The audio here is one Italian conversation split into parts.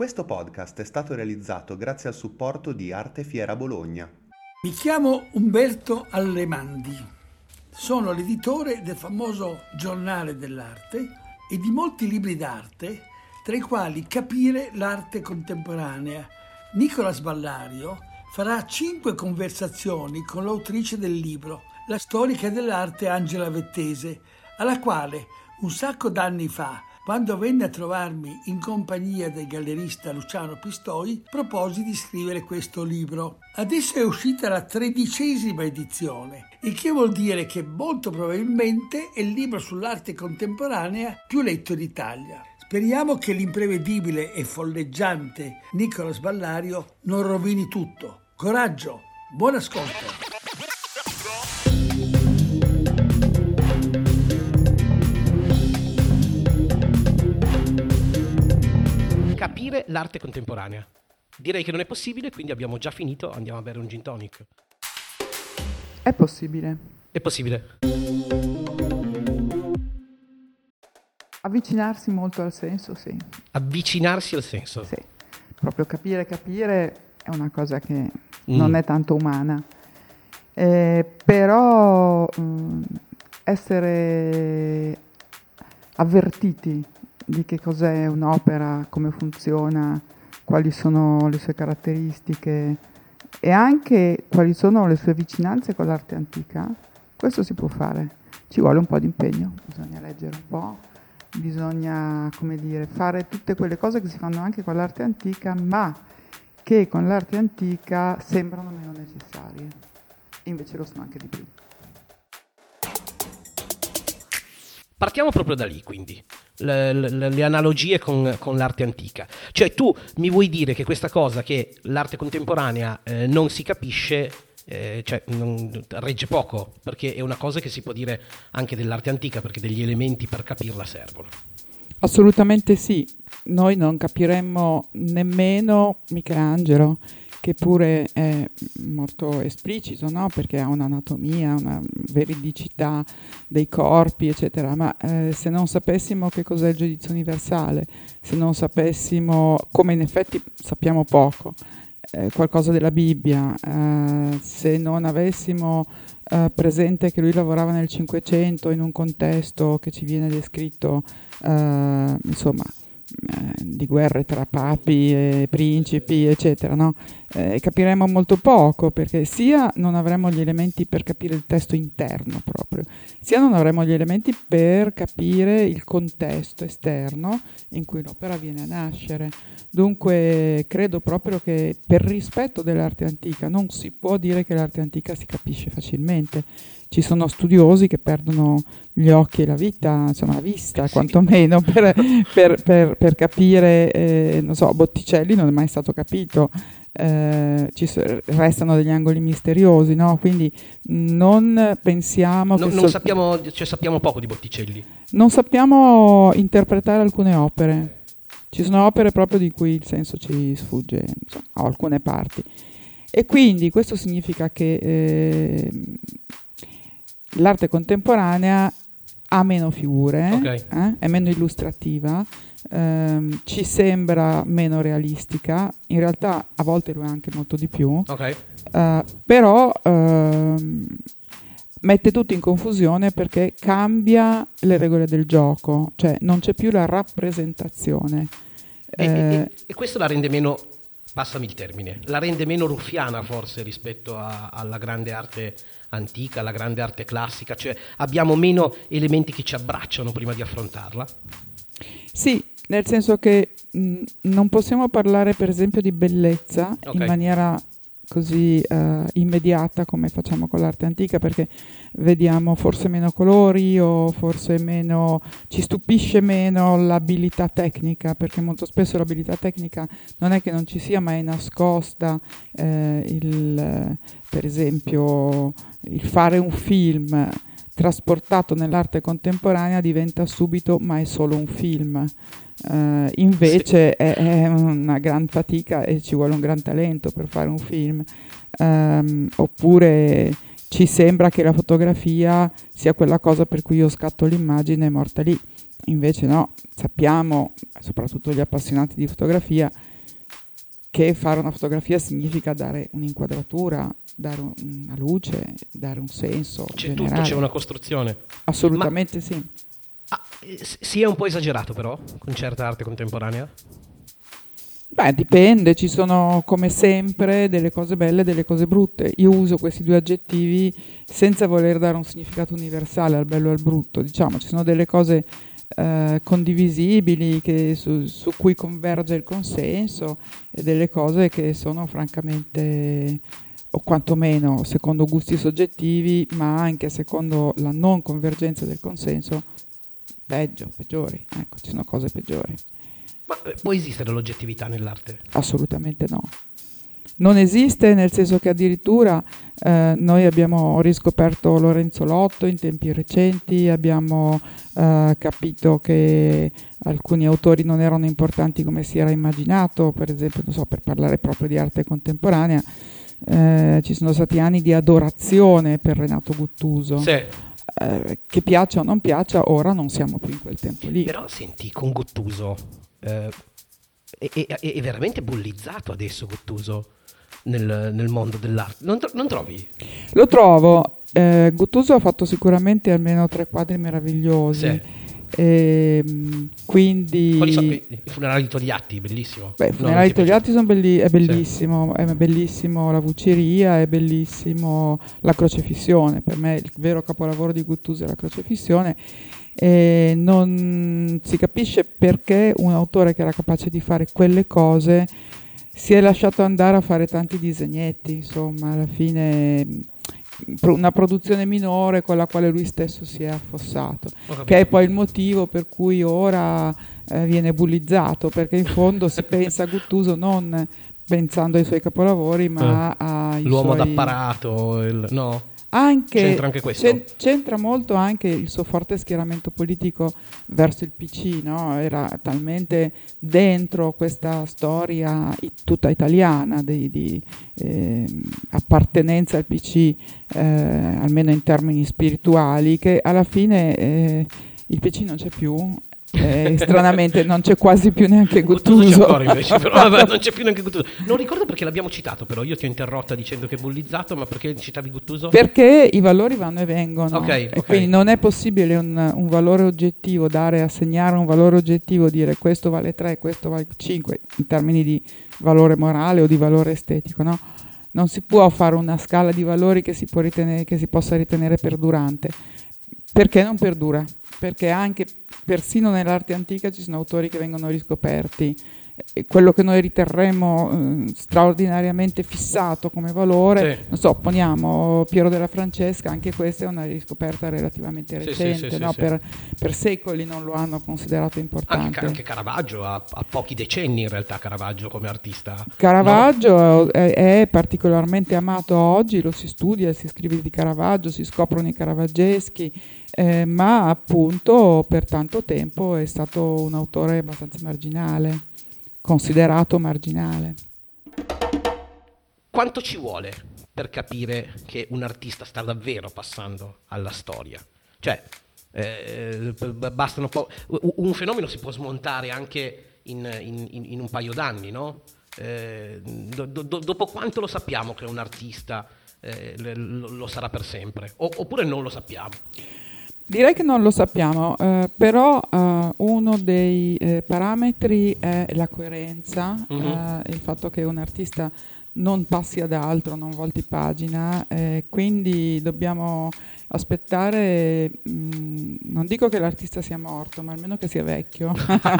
Questo podcast è stato realizzato grazie al supporto di Arte Fiera Bologna. Mi chiamo Umberto Allemandi, sono l'editore del famoso Giornale dell'Arte e di molti libri d'arte, tra i quali Capire l'arte contemporanea. Nicola Sballario farà 5 conversazioni con l'autrice del libro, la storica dell'arte Angela Vettese, alla quale un sacco d'anni fa, quando venne a trovarmi in compagnia del gallerista Luciano Pistoi, proposi di scrivere questo libro. Adesso è uscita la 13ª edizione, il che vuol dire che molto probabilmente è il libro sull'arte contemporanea più letto d'Italia. Speriamo che l'imprevedibile e folleggiante Nicola Sballario non rovini tutto. Coraggio, buon ascolto! Capire l'arte contemporanea. Direi che non è possibile, quindi abbiamo già finito, andiamo a bere un gin tonic. È possibile. È possibile. Avvicinarsi molto al senso, sì. Avvicinarsi al senso. Sì. Proprio capire è una cosa che non è tanto umana. Però essere avvertiti di che cos'è un'opera, come funziona, quali sono le sue caratteristiche e anche quali sono le sue vicinanze con l'arte antica, questo si può fare. Ci vuole un po' di impegno, bisogna leggere un po', bisogna, fare tutte quelle cose che si fanno anche con l'arte antica, ma che con l'arte antica sembrano meno necessarie, invece lo sono anche di più. Partiamo proprio da lì, quindi, le analogie con l'arte antica. Cioè tu mi vuoi dire che questa cosa che l'arte contemporanea non si capisce, regge poco, perché è una cosa che si può dire anche dell'arte antica, perché degli elementi per capirla servono. Assolutamente sì, noi non capiremmo nemmeno Michelangelo, che pure è molto esplicito, no? Perché ha un'anatomia, una veridicità dei corpi, eccetera, ma se non sapessimo che cos'è il giudizio universale, se non sapessimo, come in effetti sappiamo poco, qualcosa della Bibbia, se non avessimo presente che lui lavorava nel Cinquecento in un contesto che ci viene descritto, di guerre tra papi e principi, eccetera, no? Capiremo molto poco, perché sia non avremo gli elementi per capire il testo interno proprio, sia non avremo gli elementi per capire il contesto esterno in cui l'opera viene a nascere. Dunque credo proprio che per rispetto dell'arte antica non si può dire che l'arte antica si capisce facilmente. Ci sono studiosi che perdono gli occhi e la vita, insomma la vista quantomeno, per capire, Botticelli non è mai stato capito, restano degli angoli misteriosi, no? Quindi non pensiamo sappiamo poco di Botticelli. Non sappiamo interpretare alcune opere. Ci sono opere proprio di cui il senso ci sfugge, a alcune parti. E quindi questo significa che l'arte contemporanea ha meno figure, okay. È meno illustrativa, ci sembra meno realistica, in realtà a volte lo è anche molto di più, okay. Però mette tutto in confusione perché cambia le regole del gioco, cioè non c'è più la rappresentazione. E questo la rende meno, passami il termine, la rende meno ruffiana forse rispetto alla grande arte antica, alla grande arte classica, cioè abbiamo meno elementi che ci abbracciano prima di affrontarla? Sì, nel senso che non possiamo parlare per esempio di bellezza in maniera così immediata come facciamo con l'arte antica, perché vediamo forse meno colori o forse meno, ci stupisce meno l'abilità tecnica, perché molto spesso l'abilità tecnica non è che non ci sia, ma è nascosta. Per esempio il fare un film trasportato nell'arte contemporanea diventa subito ma è solo un film. Invece è una gran fatica e ci vuole un gran talento per fare un film, oppure ci sembra che la fotografia sia quella cosa per cui io scatto l'immagine e è morta lì, invece no, sappiamo, soprattutto gli appassionati di fotografia, che fare una fotografia significa dare un'inquadratura, dare una luce, dare un senso generale. Tutto, c'è una costruzione. Assolutamente sì. Sì, è un po' esagerato però, con certa arte contemporanea? Beh, dipende, ci sono come sempre delle cose belle e delle cose brutte. Io uso questi due aggettivi senza voler dare un significato universale al bello e al brutto. Diciamo, ci sono delle cose condivisibili su cui converge il consenso e delle cose che sono francamente, o quantomeno secondo gusti soggettivi, ma anche secondo la non convergenza del consenso, peggiori. Ecco, ci sono cose peggiori. Ma può esistere l'oggettività nell'arte? Assolutamente no. Non esiste, nel senso che addirittura noi abbiamo riscoperto Lorenzo Lotto in tempi recenti, abbiamo capito che alcuni autori non erano importanti come si era immaginato, per esempio, non so, per parlare proprio di arte contemporanea, ci sono stati anni di adorazione per Renato Guttuso. Sì. Che piaccia o non piaccia, ora non siamo più in quel tempo lì. Però senti, con Guttuso è veramente bullizzato adesso Guttuso nel mondo dell'arte, non trovi? Lo trovo. Guttuso ha fatto sicuramente almeno 3 quadri meravigliosi. Sì. Quindi Quali sono i funerali di Togliatti? Bellissimo. Beh, i funerali di Togliatti sono è bellissimo. Sì. È bellissimo la Vucceria, è bellissimo la Crocefissione. Per me il vero capolavoro di Guttuso è la Crocefissione. Non si capisce perché un autore che era capace di fare quelle cose si è lasciato andare a fare tanti disegnetti, insomma, alla fine una produzione minore con la quale lui stesso si è affossato, che è poi il motivo per cui ora viene bullizzato, perché in fondo si pensa a Guttuso non pensando ai suoi capolavori, ma ai l'uomo suoi... d'apparato, no? C'entra anche questo? C'entra molto anche il suo forte schieramento politico verso il PC, no? Era talmente dentro questa storia tutta italiana di appartenenza al PC, almeno in termini spirituali, che alla fine il PC non c'è più. Stranamente non c'è quasi più neanche Guttuso. C'è ancora invece, però non c'è più neanche Guttuso. Non ricordo perché l'abbiamo citato, però io ti ho interrotta dicendo che è bullizzato, ma perché citavi Guttuso? Perché i valori vanno e vengono, okay. Quindi non è possibile un valore oggettivo, assegnare un valore oggettivo, dire questo vale 3, questo vale 5 in termini di valore morale o di valore estetico, no? Non si può fare una scala di valori che si possa ritenere perdurante. Perché non perdura? Perché anche persino nell'arte antica ci sono autori che vengono riscoperti. Quello che noi riterremmo straordinariamente fissato come valore, sì. Non so, poniamo Piero della Francesca, anche questa è una riscoperta relativamente recente, sì, no? Per secoli non lo hanno considerato importante. Anche Caravaggio ha pochi decenni in realtà, Caravaggio come artista. Caravaggio no? è particolarmente amato oggi, lo si studia, si scrive di Caravaggio, si scoprono i caravaggeschi, ma appunto per tanto tempo è stato un autore abbastanza marginale, considerato marginale. Quanto ci vuole per capire che un artista sta davvero passando alla storia? Cioè, bastano un fenomeno si può smontare anche in un paio d'anni, no? Dopo quanto lo sappiamo che un artista lo sarà per sempre? Oppure non lo sappiamo? Direi che non lo sappiamo, però uno dei parametri è la coerenza, il fatto che un artista non passi ad altro, non volti pagina, quindi dobbiamo aspettare, non dico che l'artista sia morto, ma almeno che sia vecchio.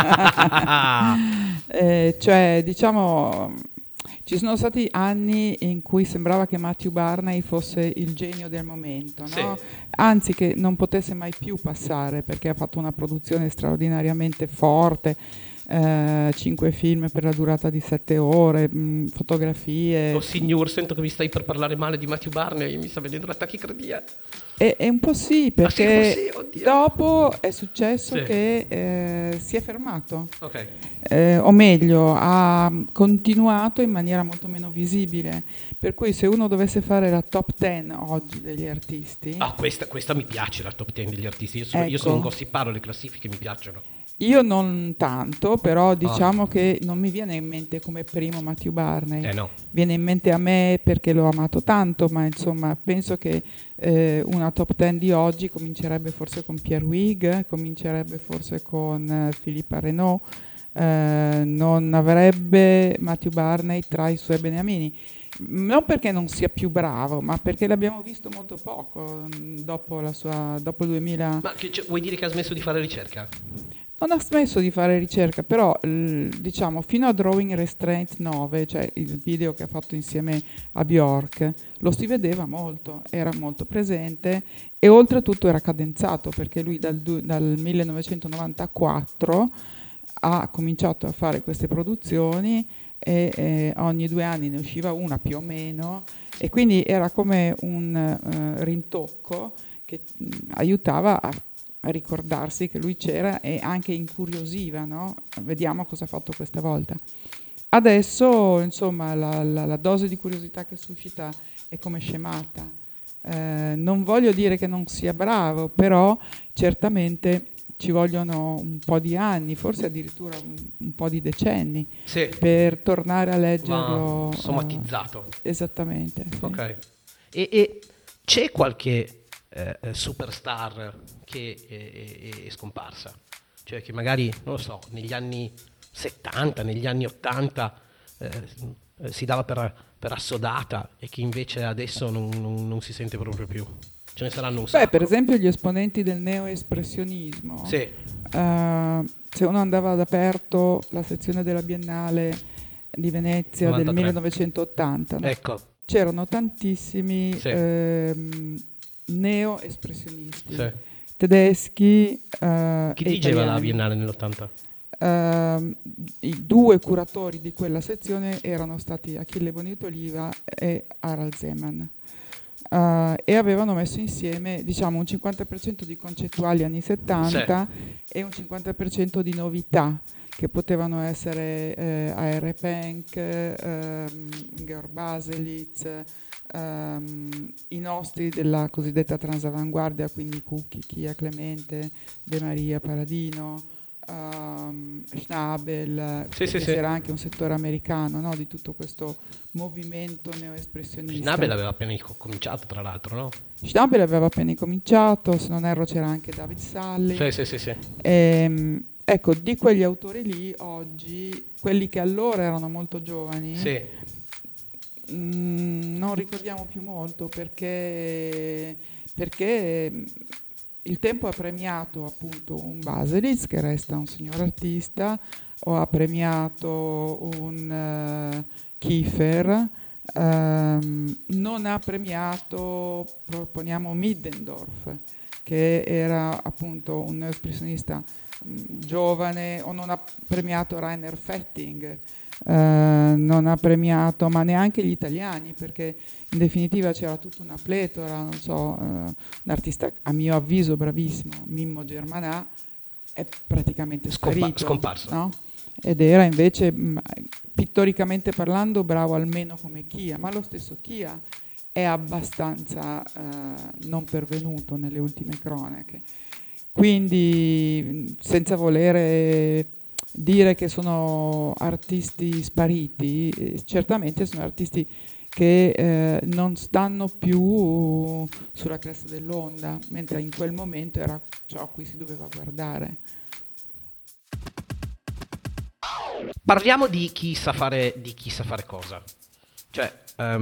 Cioè, diciamo... Ci sono stati anni in cui sembrava che Matthew Barney fosse il genio del momento, no? Sì. Anzi che non potesse mai più passare perché ha fatto una produzione straordinariamente forte, 5 film per la durata di 7 ore, fotografie. Oh signor, sento che mi stai per parlare male di Matthew Barney, mi sta venendo la tachicardia. È un po' sì, perché dopo è successo che si è fermato. Okay. O meglio, ha continuato in maniera molto meno visibile. Per cui se uno dovesse fare la top 10 oggi degli artisti... questa mi piace, la top 10 degli artisti. Io sono un gossiparo, le classifiche mi piacciono. Io non tanto, però diciamo che non mi viene in mente come primo Matthew Barney. No. Viene in mente a me perché l'ho amato tanto, ma insomma penso che una top 10 di oggi comincerebbe forse con Pierre Huyghe, comincerebbe forse con Philippe Renaud, non avrebbe Matthew Barney tra i suoi beniamini. Non perché non sia più bravo, ma perché l'abbiamo visto molto poco dopo il 2000. Ma vuoi dire che ha smesso di fare ricerca? Non ha smesso di fare ricerca, però diciamo fino a Drawing Restraint 9, cioè il video che ha fatto insieme a Bjork, lo si vedeva molto, era molto presente e oltretutto era cadenzato perché lui dal 1994 ha cominciato a fare queste produzioni e ogni 2 anni ne usciva una più o meno e quindi era come un rintocco che aiutava a ricordarsi che lui c'era e anche incuriosiva, no? Vediamo cosa ha fatto questa volta. Adesso, insomma, la dose di curiosità che suscita è come scemata. Non voglio dire che non sia bravo, però certamente ci vogliono un po' di anni, forse addirittura un po' di decenni, sì, per tornare a leggerlo. Somatizzato. Esattamente. Sì. Ok. E c'è qualche superstar che è scomparsa? Cioè che magari, non lo so, negli anni 70, negli anni 80 si dava per assodata e che invece adesso non si sente proprio più. Ce ne saranno un sacco. Per esempio gli esponenti del neoespressionismo. Sì. Se uno andava ad aperto la sezione della Biennale di Venezia 93. del 1980, no? Ecco. C'erano tantissimi neoespressionisti tedeschi. Chi dirigeva la Biennale nell'80? I 2 curatori di quella sezione erano stati Achille Bonito Oliva e Harald Zeman. E avevano messo insieme diciamo un 50% di concettuali anni 70 e un 50% di novità che potevano essere A.R. Penck, Georg Baselitz, i nostri della cosiddetta transavanguardia, quindi Cucchi, Chia, Clemente, De Maria, Paladino, Schnabel, c'era anche un settore americano, no, di tutto questo movimento neoespressionista. Schnabel aveva appena cominciato, tra l'altro, no? Schnabel aveva appena cominciato, se non erro c'era anche David Sully. Sì. Ecco, di quegli autori lì oggi, quelli che allora erano molto giovani, non ricordiamo più molto perché il tempo ha premiato appunto un Baselitz che resta un signor artista, o ha premiato un Kiefer, non ha premiato, proponiamo, Middendorf, che era appunto un neoespressionista giovane, o non ha premiato Rainer Fetting, non ha premiato, ma neanche gli italiani, perché in definitiva c'era tutta una pletora, non so, un artista a mio avviso bravissimo, Mimmo Germanà, è praticamente scomparso. No? Ed era invece, pittoricamente parlando, bravo almeno come Chia, ma lo stesso Chia è abbastanza non pervenuto nelle ultime cronache. Quindi, senza volere dire che sono artisti spariti, certamente sono artisti che non stanno più sulla cresta dell'onda, mentre in quel momento era ciò a cui si doveva guardare. Parliamo di chi sa fare cosa. Cioè,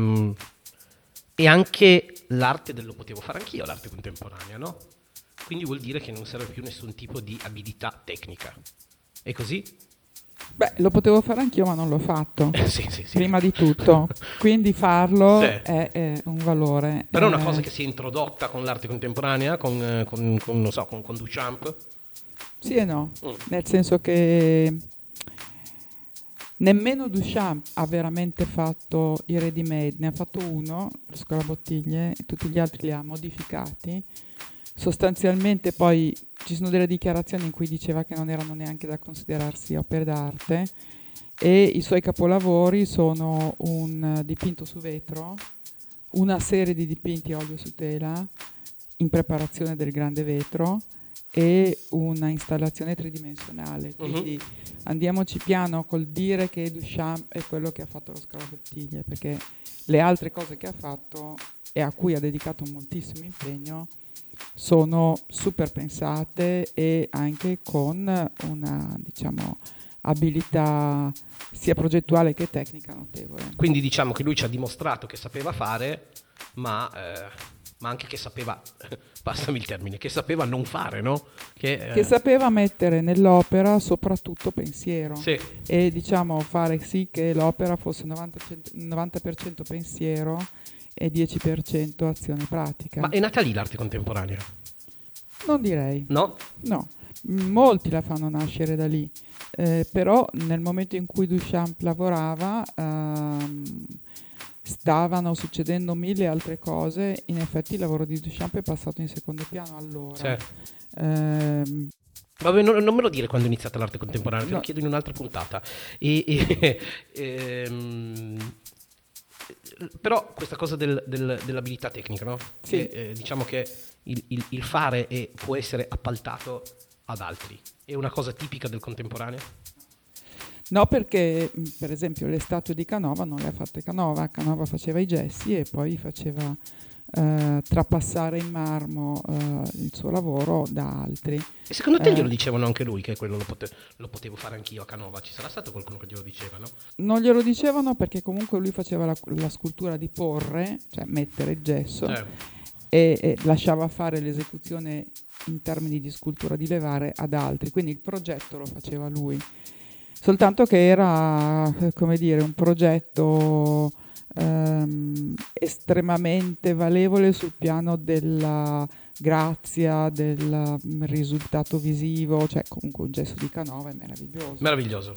e anche l'arte lo potevo fare anch'io, l'arte contemporanea, no? Quindi vuol dire che non serve più nessun tipo di abilità tecnica. È così? Beh, lo potevo fare anch'io, ma non l'ho fatto. Sì. Prima di tutto. Quindi farlo è un valore. Però è una cosa che si è introdotta con l'arte contemporanea, con Duchamp? Sì e no. Nel senso che nemmeno Duchamp ha veramente fatto i ready made. Ne ha fatto uno, lo scolabottiglie, e tutti gli altri li ha modificati. Sostanzialmente poi ci sono delle dichiarazioni in cui diceva che non erano neanche da considerarsi opere d'arte, e i suoi capolavori sono un dipinto su vetro, una serie di dipinti a olio su tela in preparazione del grande vetro e una installazione tridimensionale, quindi andiamoci piano col dire che Duchamp è quello che ha fatto lo scalabottiglie, perché le altre cose che ha fatto e a cui ha dedicato moltissimo impegno sono super pensate e anche con una, diciamo, abilità sia progettuale che tecnica notevole. Quindi diciamo che lui ci ha dimostrato che sapeva fare, ma anche che sapeva, passami il termine, che sapeva non fare, no? Che sapeva mettere nell'opera soprattutto pensiero, sì. E diciamo fare sì che l'opera fosse 90% pensiero e 10% azione pratica. Ma è nata lì l'arte contemporanea? Non direi. No? No, molti la fanno nascere da lì, però nel momento in cui Duchamp lavorava stavano succedendo mille altre cose. In effetti il lavoro di Duchamp è passato in secondo piano allora. Vabbè, non me lo dire quando è iniziata l'arte contemporanea, te lo No. chiedo in un'altra puntata. Però questa cosa dell'abilità tecnica, no? Sì. Diciamo che il fare può essere appaltato ad altri. È una cosa tipica del contemporaneo? No, perché per esempio le statue di Canova non le ha fatte Canova. Canova faceva i gessi e poi faceva trapassare in marmo il suo lavoro da altri. E secondo te glielo dicevano anche lui che quello lo potevo fare anch'io a Canova? Ci sarà stato qualcuno che glielo diceva, no? Non glielo dicevano perché comunque lui faceva la scultura di porre, cioè mettere il gesso, e lasciava fare l'esecuzione in termini di scultura di levare ad altri, quindi il progetto lo faceva lui. Soltanto che era, come dire, un progetto estremamente valevole sul piano della grazia, del risultato visivo, cioè comunque un gesso di Canova è meraviglioso. Meraviglioso.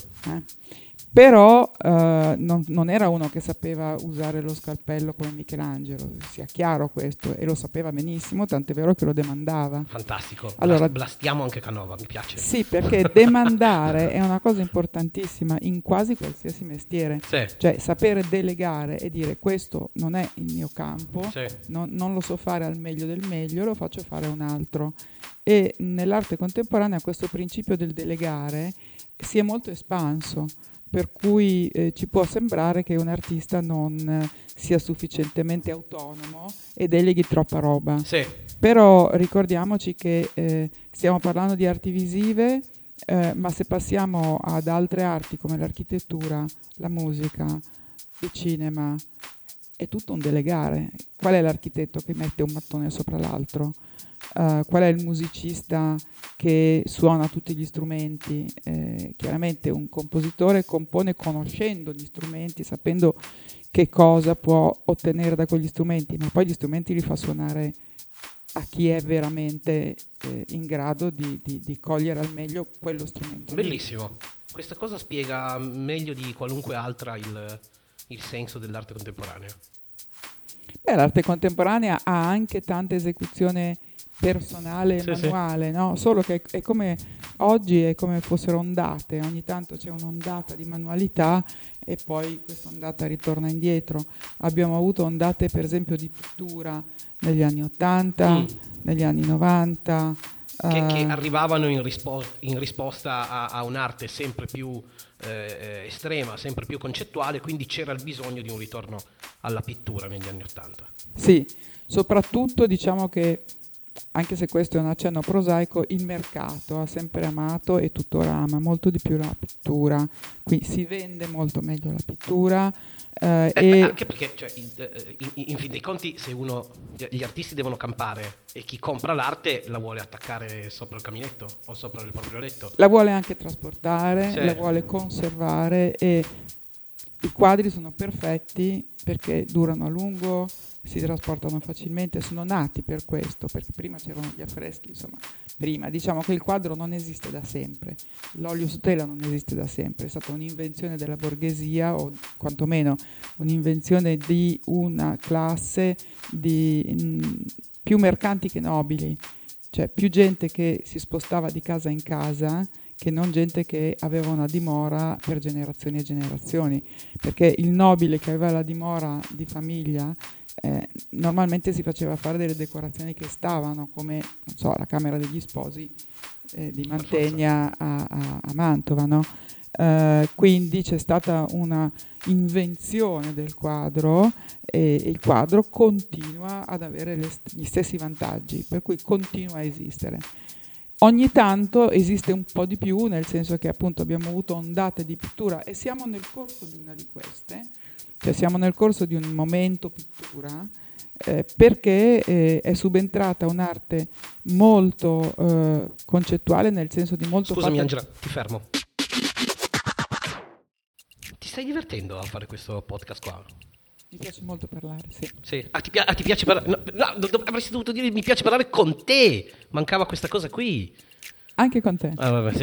Però non era uno che sapeva usare lo scalpello come Michelangelo, sia chiaro questo, e lo sapeva benissimo, tant'è vero che lo demandava. Fantastico. Allora, blastiamo anche Canova, mi piace. Sì, perché demandare è una cosa importantissima in quasi qualsiasi mestiere. Sì. Cioè sapere delegare e dire questo non è il mio campo, Sì. non lo so fare al meglio del meglio, lo faccio fare a un altro. E nell'arte contemporanea questo principio del delegare si è molto espanso, per cui ci può sembrare che un artista non sia sufficientemente autonomo e deleghi troppa roba. Sì. Però ricordiamoci che stiamo parlando di arti visive, ma se passiamo ad altre arti come l'architettura, la musica, il cinema, è tutto un delegare. Qual è l'architetto che mette un mattone sopra l'altro? Qual è il musicista che suona tutti gli strumenti? Chiaramente un compositore compone conoscendo gli strumenti, sapendo che cosa può ottenere da quegli strumenti, ma poi gli strumenti li fa suonare a chi è veramente in grado di cogliere al meglio quello strumento. Bellissimo. Questa cosa spiega meglio di qualunque altra il senso dell'arte contemporanea. L'arte contemporanea ha anche tanta esecuzione personale e manuale, sì. No? Solo che è come oggi è come fossero ondate, ogni tanto c'è un'ondata di manualità e poi questa ondata ritorna indietro. Abbiamo avuto ondate per esempio di pittura negli anni 80, negli anni 90. Che arrivavano in risposta a un'arte sempre più estrema, sempre più concettuale, quindi c'era il bisogno di un ritorno alla pittura negli anni 80. Sì, soprattutto diciamo che, anche se questo è un accenno prosaico, il mercato ha sempre amato e tuttora ama molto di più la pittura, qui si vende molto meglio la pittura. E anche perché cioè, in fin dei conti se gli artisti devono campare e chi compra l'arte la vuole attaccare sopra il caminetto o sopra il proprio letto, la vuole anche trasportare, sì. La vuole conservare, e i quadri sono perfetti perché durano a lungo, si trasportano facilmente, sono nati per questo, perché prima c'erano gli affreschi, insomma, prima diciamo che il quadro non esiste da sempre, l'olio su tela non esiste da sempre, è stata un'invenzione della borghesia o quantomeno un'invenzione di una classe di più mercanti che nobili, cioè più gente che si spostava di casa in casa che non gente che aveva una dimora per generazioni e generazioni, perché il nobile che aveva la dimora di famiglia normalmente si faceva fare delle decorazioni che stavano, come non so, la Camera degli Sposi di Mantegna a Mantova, no? Quindi c'è stata una invenzione del quadro e il quadro continua ad avere gli stessi vantaggi, per cui continua a esistere. Ogni tanto esiste un po' di più, nel senso che appunto abbiamo avuto ondate di pittura e siamo nel corso di una di queste, cioè siamo nel corso di un momento pittura, perché è subentrata un'arte molto concettuale, nel senso di molto... Scusami Angela, ti fermo. Ti stai divertendo a fare questo podcast qua? Mi piace molto parlare, sì. Sì. Ti piace parlare? No, avresti dovuto dire mi piace parlare con te. Mancava questa cosa qui. Anche con te. Vabbè,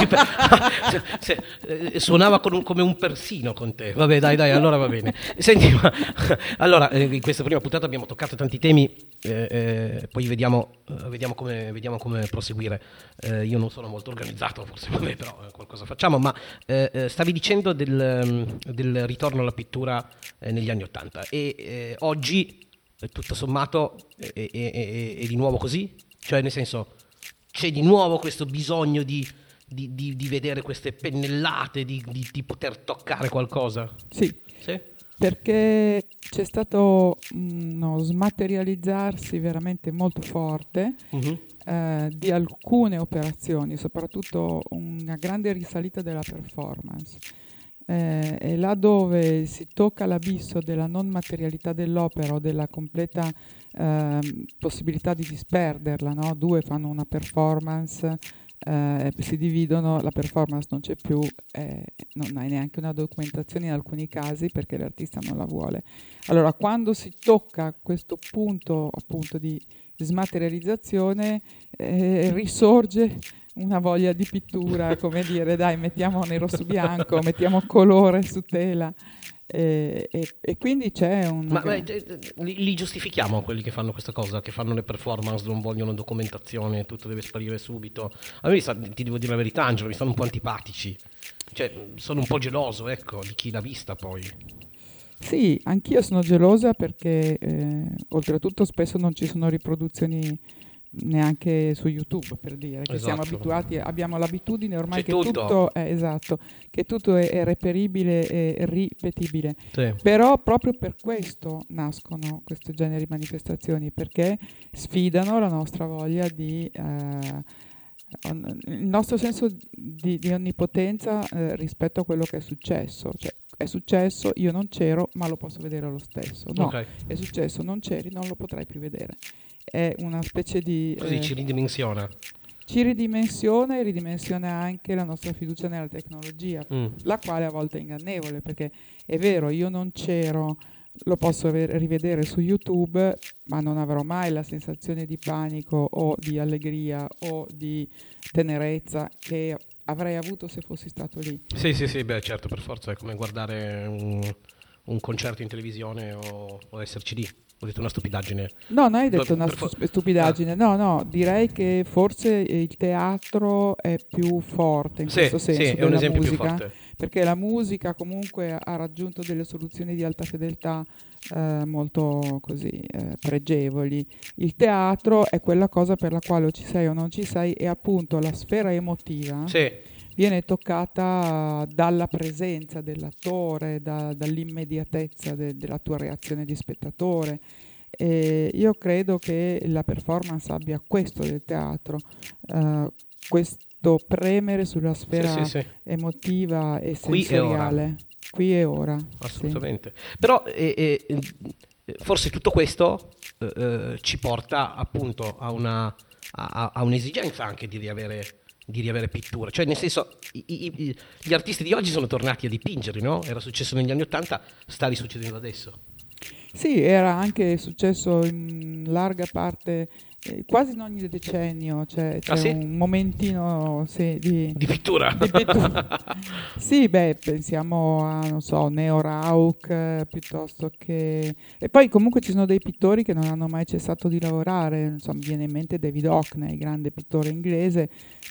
suonava come un persino con te. Vabbè, dai, allora va bene. Senti, allora, in questa prima puntata abbiamo toccato tanti temi, poi vediamo come proseguire. Io non sono molto organizzato, forse vabbè, però qualcosa facciamo, ma stavi dicendo del ritorno alla pittura negli anni '80 e oggi, tutto sommato, è di nuovo così? Cioè, nel senso... C'è di nuovo questo bisogno di vedere queste pennellate, di poter toccare qualcosa? Sì, perché c'è stato uno smaterializzarsi veramente molto forte di alcune operazioni, soprattutto una grande risalita della performance. E là dove si tocca l'abisso della non materialità dell'opera o della completa possibilità di disperderla, no? Due fanno una performance, si dividono, la performance non c'è più, non hai neanche una documentazione in alcuni casi perché l'artista non la vuole. Allora, quando si tocca questo punto appunto di smaterializzazione, risorge una voglia di pittura, come dire, dai, mettiamo nero su bianco, mettiamo colore su tela. E quindi c'è un... Ma li giustifichiamo quelli che fanno questa cosa, che fanno le performance, non vogliono documentazione, tutto deve sparire subito. A me ti devo dire la verità, Angelo, mi stanno un po' antipatici. Cioè, sono un po' geloso, ecco, di chi l'ha vista poi. Sì, anch'io sono gelosa perché oltretutto spesso non ci sono riproduzioni neanche su YouTube, per dire, che siamo abituati, abbiamo l'abitudine ormai che tutto è esatto, che tutto è reperibile e ripetibile. Sì. Però proprio per questo nascono questo genere di manifestazioni, perché sfidano la nostra voglia di il nostro senso di onnipotenza rispetto a quello che è successo. Cioè, è successo, io non c'ero, ma lo posso vedere lo stesso. No, è successo, non c'eri, non lo potrai più vedere. È una specie di... Così ci ridimensiona. Ci ridimensiona e ridimensiona anche la nostra fiducia nella tecnologia, la quale a volte è ingannevole, perché è vero, io non c'ero, lo posso rivedere su YouTube, ma non avrò mai la sensazione di panico o di allegria o di tenerezza che avrei avuto se fossi stato lì. Sì, beh certo, per forza è come guardare un concerto in televisione o esserci lì. Ho detto una stupidaggine. No, non hai detto una stupidaggine. No, direi che forse il teatro è più forte in questo senso. Sì, è un esempio più forte. Perché la musica comunque ha raggiunto delle soluzioni di alta fedeltà molto così pregevoli. Il teatro è quella cosa per la quale o ci sei o non ci sei, e appunto la sfera emotiva viene toccata dalla presenza dell'attore, dall'immediatezza della tua reazione di spettatore. E io credo che la performance abbia questo del teatro, questo premere sulla sfera emotiva e sensoriale. Qui e ora. Assolutamente. Sì. Però forse tutto questo ci porta appunto a un'esigenza anche di riavere pittura, cioè nel senso gli artisti di oggi sono tornati a dipingere, no? Era successo negli anni '80, sta risuccedendo adesso. Sì, era anche successo in larga parte, quasi in ogni decennio, c'è un momentino di pittura. Di pittura. Sì, pensiamo a, non so, Neo Rauch, piuttosto che... E poi comunque ci sono dei pittori che non hanno mai cessato di lavorare, insomma, mi viene in mente David Hockney, grande pittore inglese,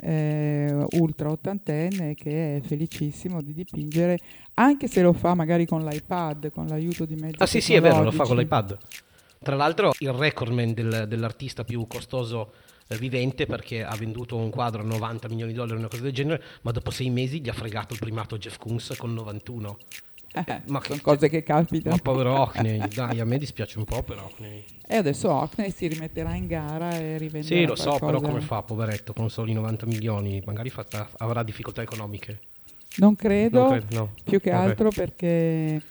ultra ottantenne, che è felicissimo di dipingere, anche se lo fa magari con l'iPad, con l'aiuto di mezzi tecnologici. Sì, è vero, lo fa con l'iPad. Tra l'altro il recordman dell'artista più costoso vivente, perché ha venduto un quadro a 90 milioni di dollari, una cosa del genere, ma dopo 6 mesi gli ha fregato il primato Jeff Koons con 91. Sono cose che capitano. Ma povero Hockney, dai, a me dispiace un po' per Hockney. E adesso Hockney si rimetterà in gara e rivenderà Sì, lo so, qualcosa. però come fa, poveretto, con soli 90 milioni, magari avrà difficoltà economiche. Non credo, No. più che Vabbè. altro perché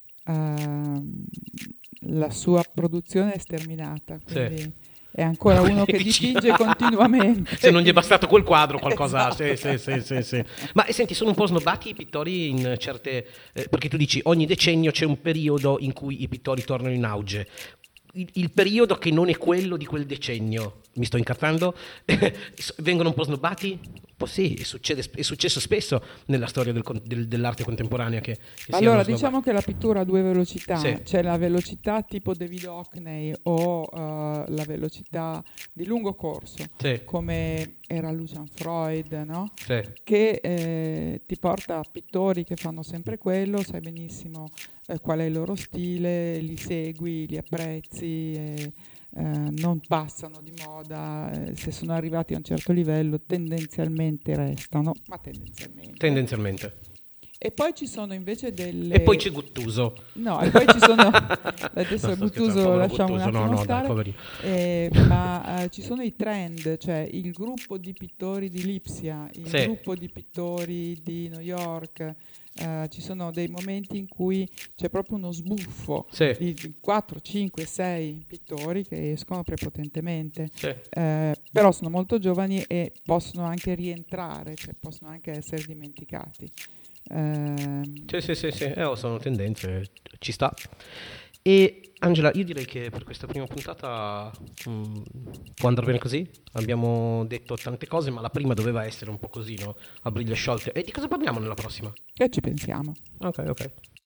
la sua produzione è sterminata, quindi Sì. è ancora uno che Dici- dipinge continuamente. Se non gli è bastato quel quadro, qualcosa. Esatto. Sì. Ma senti, sono un po' snobbati i pittori in certe. Perché tu dici ogni decennio c'è un periodo in cui i pittori tornano in auge. Il periodo che non è quello di quel decennio, mi sto incazzando, vengono un po' snobbati? Un po' sì, è successo spesso nella storia dell'arte contemporanea che siano Allora, snobbati. diciamo che la pittura ha due velocità, Sì. c'è la velocità tipo David Hockney o la velocità di lungo corso, Sì. come era Lucian Freud, no? Sì. Che ti porta a pittori che fanno sempre quello, sai benissimo qual è il loro stile, li segui, li apprezzi, non passano di moda, se sono arrivati a un certo livello tendenzialmente restano, ma Tendenzialmente. E poi ci sono invece delle... E poi c'è Guttuso. No, e poi ci sono... No, Adesso sto Guttuso scherzando, lasciamo povero un attimo Guttuso, stare. dai, poverino. Ma ci sono i trend, cioè il gruppo di pittori di Lipsia, il Sì. gruppo di pittori di New York, ci sono dei momenti in cui c'è proprio uno sbuffo Sì. di 4, 5, 6 pittori che escono prepotentemente. Sì. Però sono molto giovani e possono anche rientrare, cioè possono anche essere dimenticati. Sì, sono tendenze, ci sta. E Angela, io direi che per questa prima puntata può andare bene così. Abbiamo detto tante cose, ma la prima doveva essere un po' così, no? A briglie sciolte. E di cosa parliamo nella prossima? E ci pensiamo. Ok.